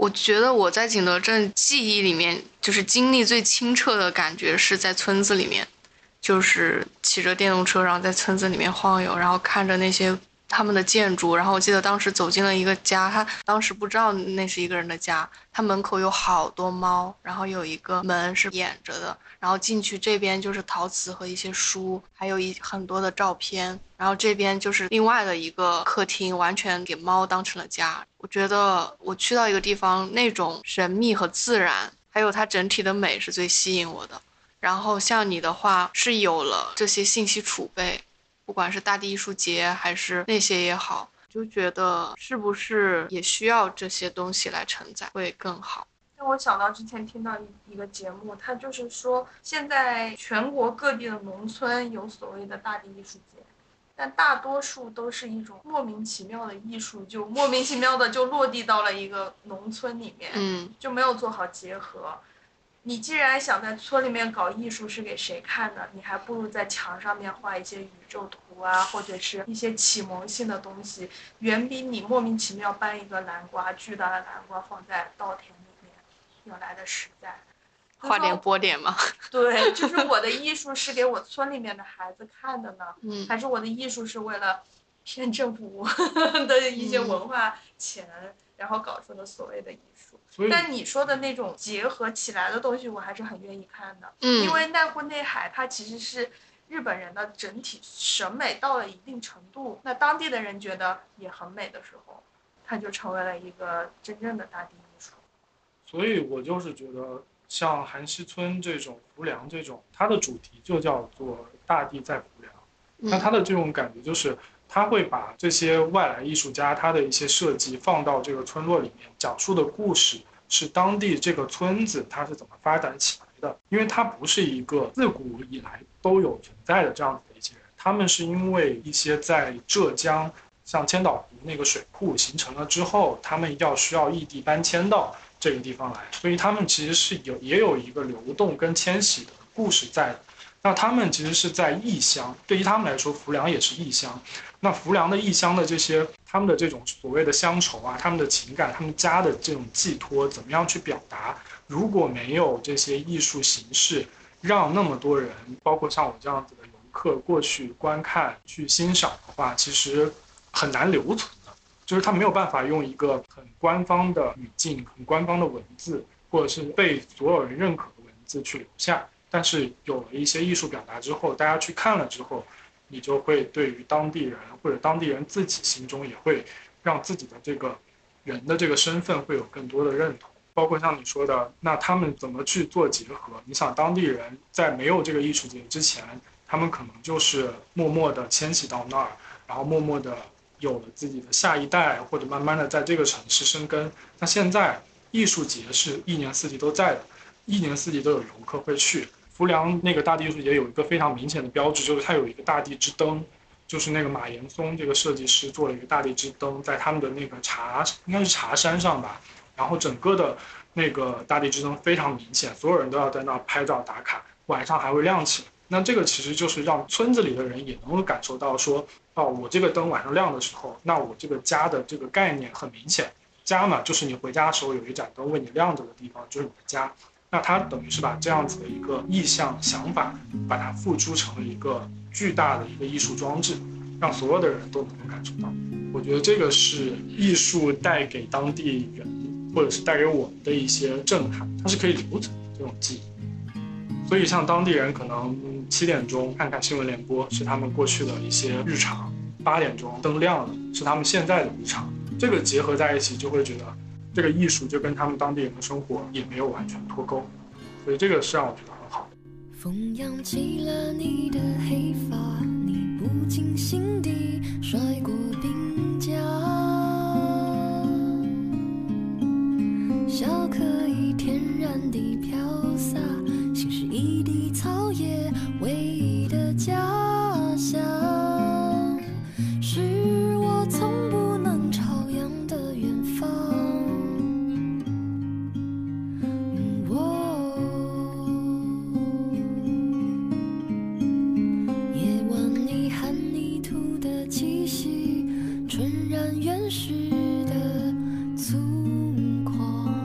我觉得我在景德镇记忆里面，就是经历最清澈的感觉是在村子里面，就是骑着电动车，然后在村子里面晃悠，然后看着那些他们的建筑。然后我记得当时走进了一个家，他当时不知道那是一个人的家，他门口有好多猫，然后有一个门是掩着的，然后进去这边就是陶瓷和一些书，还有一很多的照片，然后这边就是另外的一个客厅，完全给猫当成了家。我觉得我去到一个地方，那种神秘和自然，还有它整体的美是最吸引我的。然后像你的话，是有了这些信息储备，不管是大地艺术节还是那些也好，就觉得是不是也需要这些东西来承载会更好。 让我想到之前听到一个节目，它就是说现在全国各地的农村有所谓的大地艺术节，但大多数都是一种莫名其妙的艺术，就莫名其妙的就落地到了一个农村里面， 嗯， 就没有做好结合。你既然想在村里面搞艺术是给谁看的，你还不如在墙上面画一些宇宙图啊，或者是一些启蒙性的东西，远比你莫名其妙搬一个南瓜，巨大的南瓜放在稻田里面要来的实在。 画点波点嘛。 对，就是我的艺术是给我村里面的孩子看的呢， 嗯， 还是我的艺术是为了骗政府的一些文化钱，嗯、然后搞出的所谓的艺术。但你说的那种结合起来的东西，我还是很愿意看的。 嗯， 因为濑户内海它其实是日本人的整体审美到了一定程度，那当地的人觉得也很美的时候，它就成为了一个真正的大地艺术。 所以我就是觉得像韩溪村这种浮梁这种，它的主题就叫做大地在浮梁。那它的这种感觉就是他会把这些外来艺术家他的一些设计放到这个村落里面，讲述的故事是当地这个村子它是怎么发展起来的。因为它不是一个自古以来都有存在的这样子的一些人，他们是因为一些在浙江像千岛湖那个水库形成了之后，他们要需要异地搬迁到这个地方来，所以他们其实是有也有一个流动跟迁徙的故事在的。那他们其实是在异乡，对于他们来说浮梁也是异乡。那浮梁的异乡的这些他们的这种所谓的乡愁啊，他们的情感，他们家的这种寄托怎么样去表达，如果没有这些艺术形式让那么多人包括像我这样子的游客过去观看去欣赏的话，其实很难留存的。就是他没有办法用一个很官方的语境很官方的文字或者是被所有人认可的文字去留下，但是有了一些艺术表达之后，大家去看了之后，你就会对于当地人或者当地人自己心中也会让自己的这个人的这个身份会有更多的认同。包括像你说的，那他们怎么去做结合？你想当地人在没有这个艺术节之前，他们可能就是默默的迁徙到那儿，然后默默的有了自己的下一代，或者慢慢的在这个城市生根。那现在艺术节是一年四季都在的，一年四季都有游客会去。浮梁那个大地艺术节有一个非常明显的标志，就是它有一个大地之灯，就是那个马岩松这个设计师做了一个大地之灯，在他们的那个茶应该是茶山上吧，然后整个的那个大地之灯非常明显，所有人都要在那拍照打卡，晚上还会亮起来。那这个其实就是让村子里的人也能够感受到说，哦，我这个灯晚上亮的时候，那我这个家的这个概念很明显，家嘛，就是你回家的时候有一盏灯为你亮着的地方，就是你的家。那他等于是把这样子的一个意象想法，把它付诸成了一个巨大的一个艺术装置，让所有的人都能够感受到。我觉得这个是艺术带给当地人或者是带给我们的一些震撼，它是可以留存这种记忆。所以像当地人可能七点钟看看新闻联播是他们过去的一些日常，八点钟灯亮了是他们现在的日常，这个结合在一起就会觉得这个艺术就跟他们当地人的生活也没有完全脱钩，所以这个是让我觉得很好的。 风扬起了你的黑发，你不经心地甩过鬓角，笑可以天然地飘洒，心是一地草野唯一的家乡，是我从不能超越的远方。夜晚你和泥土的气息，纯然原始的粗犷。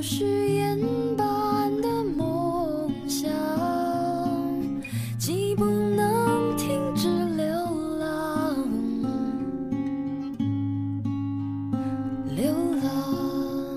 誓言般的梦想，既不能停止流浪，流浪。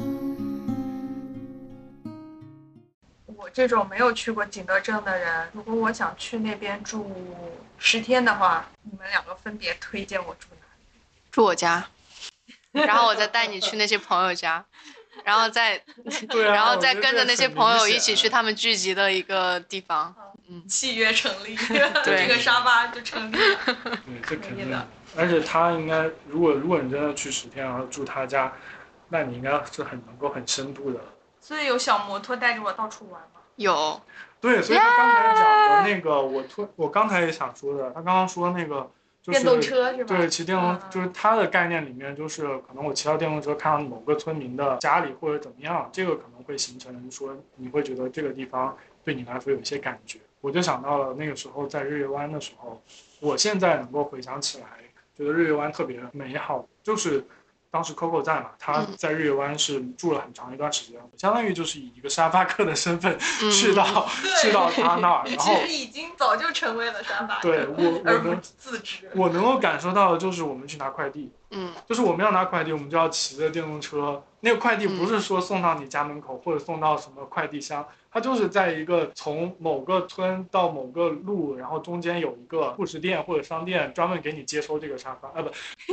我这种没有去过景德镇的人，如果我想去那边住十天的话，你们两个分别推荐我住哪里？ 住我家，然后我再带你去那些朋友家，然后再、 对啊、 然后再跟着那些朋友一起去他们。 们聚集的一个地方。嗯， 契约成立， 对这个沙发就成立了。 对，这肯定可以的。 而且他应该，如果如果你真的去十天，然后住他家，那你应该是很能够很深度的。 所以有小摩托带着我到处玩吗？ 有。 对，所以他刚才讲的那个，我突我刚才也想说的，他刚刚说那个就是电动车是吧？ 对，骑电动、 嗯、 就是他的概念里面，就是可能我骑到电动车看到某个村民的家里或者怎么样，这个可能会形成说你会觉得这个地方对你来说有一些感觉。我就想到了那个时候在日月湾的时候，我现在能够回想起来，觉得日月湾特别美好，就是当时 Coco 在嘛，他在日月湾是住了很长一段时间，相当于就是以一个沙发客的身份去到、嗯、去到他那儿，然后其实已经早就成为了沙发客， 对我我能自知， 我能够感受到的就是我们去拿快递， 嗯， 就是我们要拿快递，我们就要骑着电动车，那个快递不是说送到你家门口、嗯、或者送到什么快递箱，它就是在一个从某个村到某个路，然后中间有一个副食店或者商店专门给你接收这个沙发，啊不。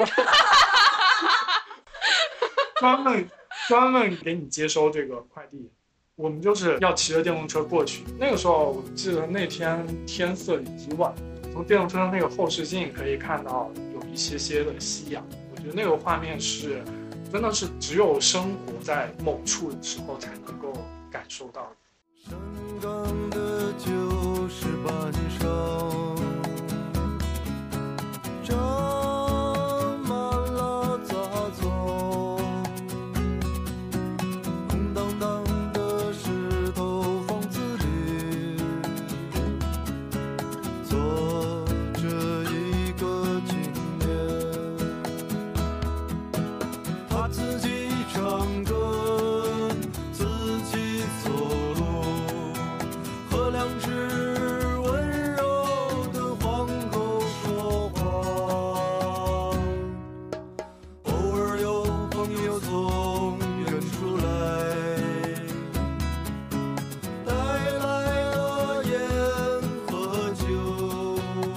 专门专门给你接收这个快递，我们就是要骑着电动车过去。那个时候我记得那天天色已晚，从电动车的那个后视镜可以看到有一些些的夕阳。我觉得那个画面是真的是只有生活在某处的时候才能够感受到的。 山岗的旧石板上长满了杂草，空荡荡的石头房子里坐着一个青年，他自己唱歌自己走路，和两只温柔的黄狗说话，偶尔有朋友从远处来，带来了烟和酒，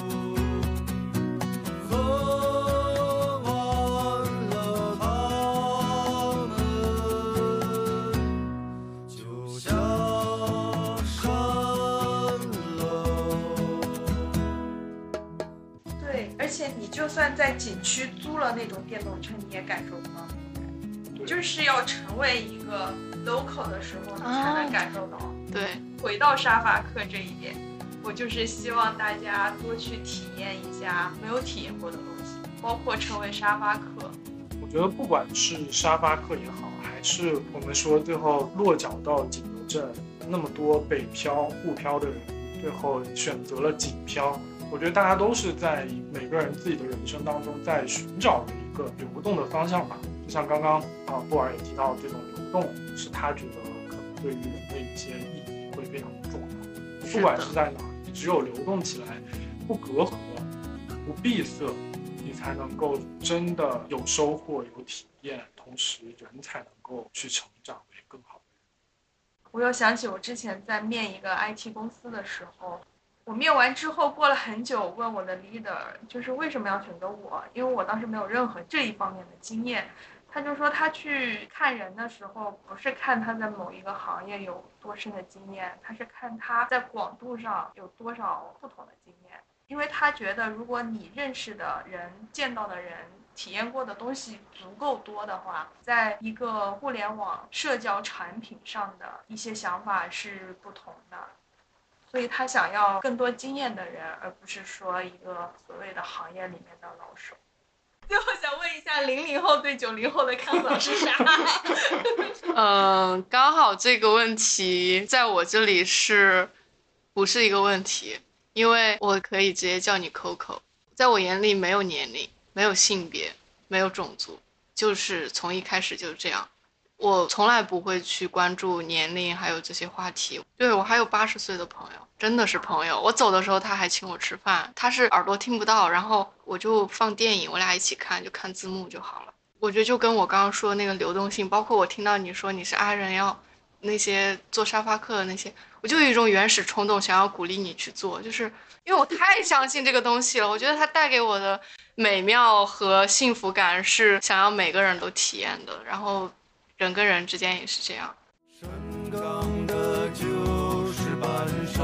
喝完了他们就下山了。 对，而且你就算在景区租了那种电动车，你也感受不到那种感觉。你就是要成为一个 local 的时候，你才能感受到。 对， 回到沙发客这一点，我就是希望大家多去体验一下没有体验过的东西，包括成为沙发客。 我觉得不管是沙发客也好，还是我们说最后落脚到景德镇，那么多北漂沪漂的人最后选择了景漂，我觉得大家都是在每个人自己的人生当中在寻找一个流动的方向吧。就像刚刚啊布尔也提到，这种流动是他觉得可能对于人的一些意义会非常重要，不管是在哪，你只有流动起来，不隔阂，不闭塞，你才能够真的有收获、有体验，同时人才能够去成长为更好的人。 我又想起我之前在面一个 I T 公司的时候，我面完之后过了很久，问我的 leader 就是为什么要选择我，因为我当时没有任何这一方面的经验。他就说他去看人的时候，不是看他在某一个行业有多深的经验，他是看他在广度上有多少不同的经验。因为他觉得如果你认识的人、见到的人、体验过的东西足够多的话，在一个互联网社交产品上的一些想法是不同的。所以他想要更多经验的人，而不是说一个所谓的行业里面的老手。最后想问一下，零零后对九零后的看法是啥？ 嗯、呃，刚好这个问题在我这里是不是一个问题？因为我可以直接叫你 Coco， 在我眼里没有年龄，没有性别，没有种族，就是从一开始就是这样。 我从来不会去关注年龄还有这些话题。对，我还有八十岁的朋友，真的是朋友。我走的时候他还请我吃饭，他是耳朵听不到，然后我就放电影，我俩一起看，就看字幕就好了。我觉得就跟我刚刚说的那个流动性，包括我听到你说你是 I 人要那些做沙发客的那些，我就有一种原始冲动想要鼓励你去做，就是因为我太相信这个东西了。我觉得它带给我的美妙和幸福感是想要每个人都体验的，然后人跟人之间也是这样。 山岗的旧石板上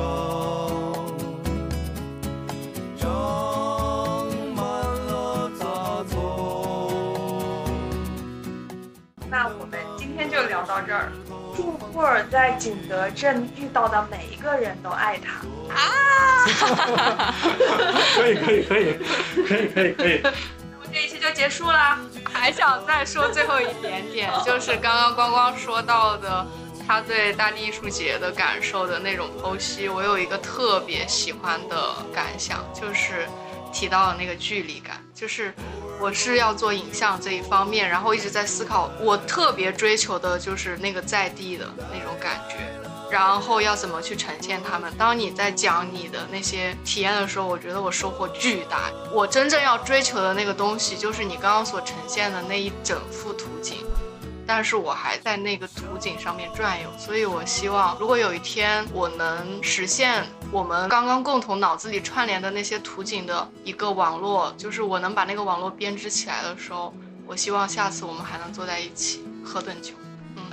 长满了杂丛。 那我们今天就聊到这儿。祝布尔在景德镇遇到的每一个人都爱他啊！ 可以可以可以可以可以可以。 那么这一期就结束啦。 还想再说最后一点点，就是刚刚光光说到的他对大地艺术节的感受的那种剖析，我有一个特别喜欢的感想，就是提到的那个距离感。就是我是要做影像这一方面，然后一直在思考，我特别追求的就是那个在地的那种感觉，然后要怎么去呈现它们。当你在讲你的那些体验的时候，我觉得我收获巨大。我真正要追求的那个东西，就是你刚刚所呈现的那一整幅图景，但是我还在那个图景上面转悠。所以我希望如果有一天我能实现我们刚刚共同脑子里串联的那些图景的一个网络，就是我能把那个网络编织起来的时候，我希望下次我们还能坐在一起喝顿酒。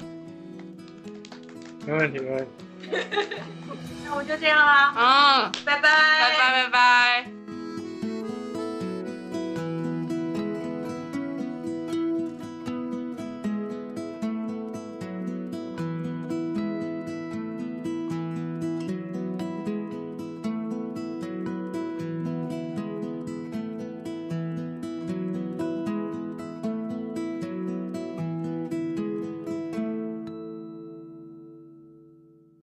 没问题没问题。 那我就这样啦。 嗯， 拜拜拜拜拜拜。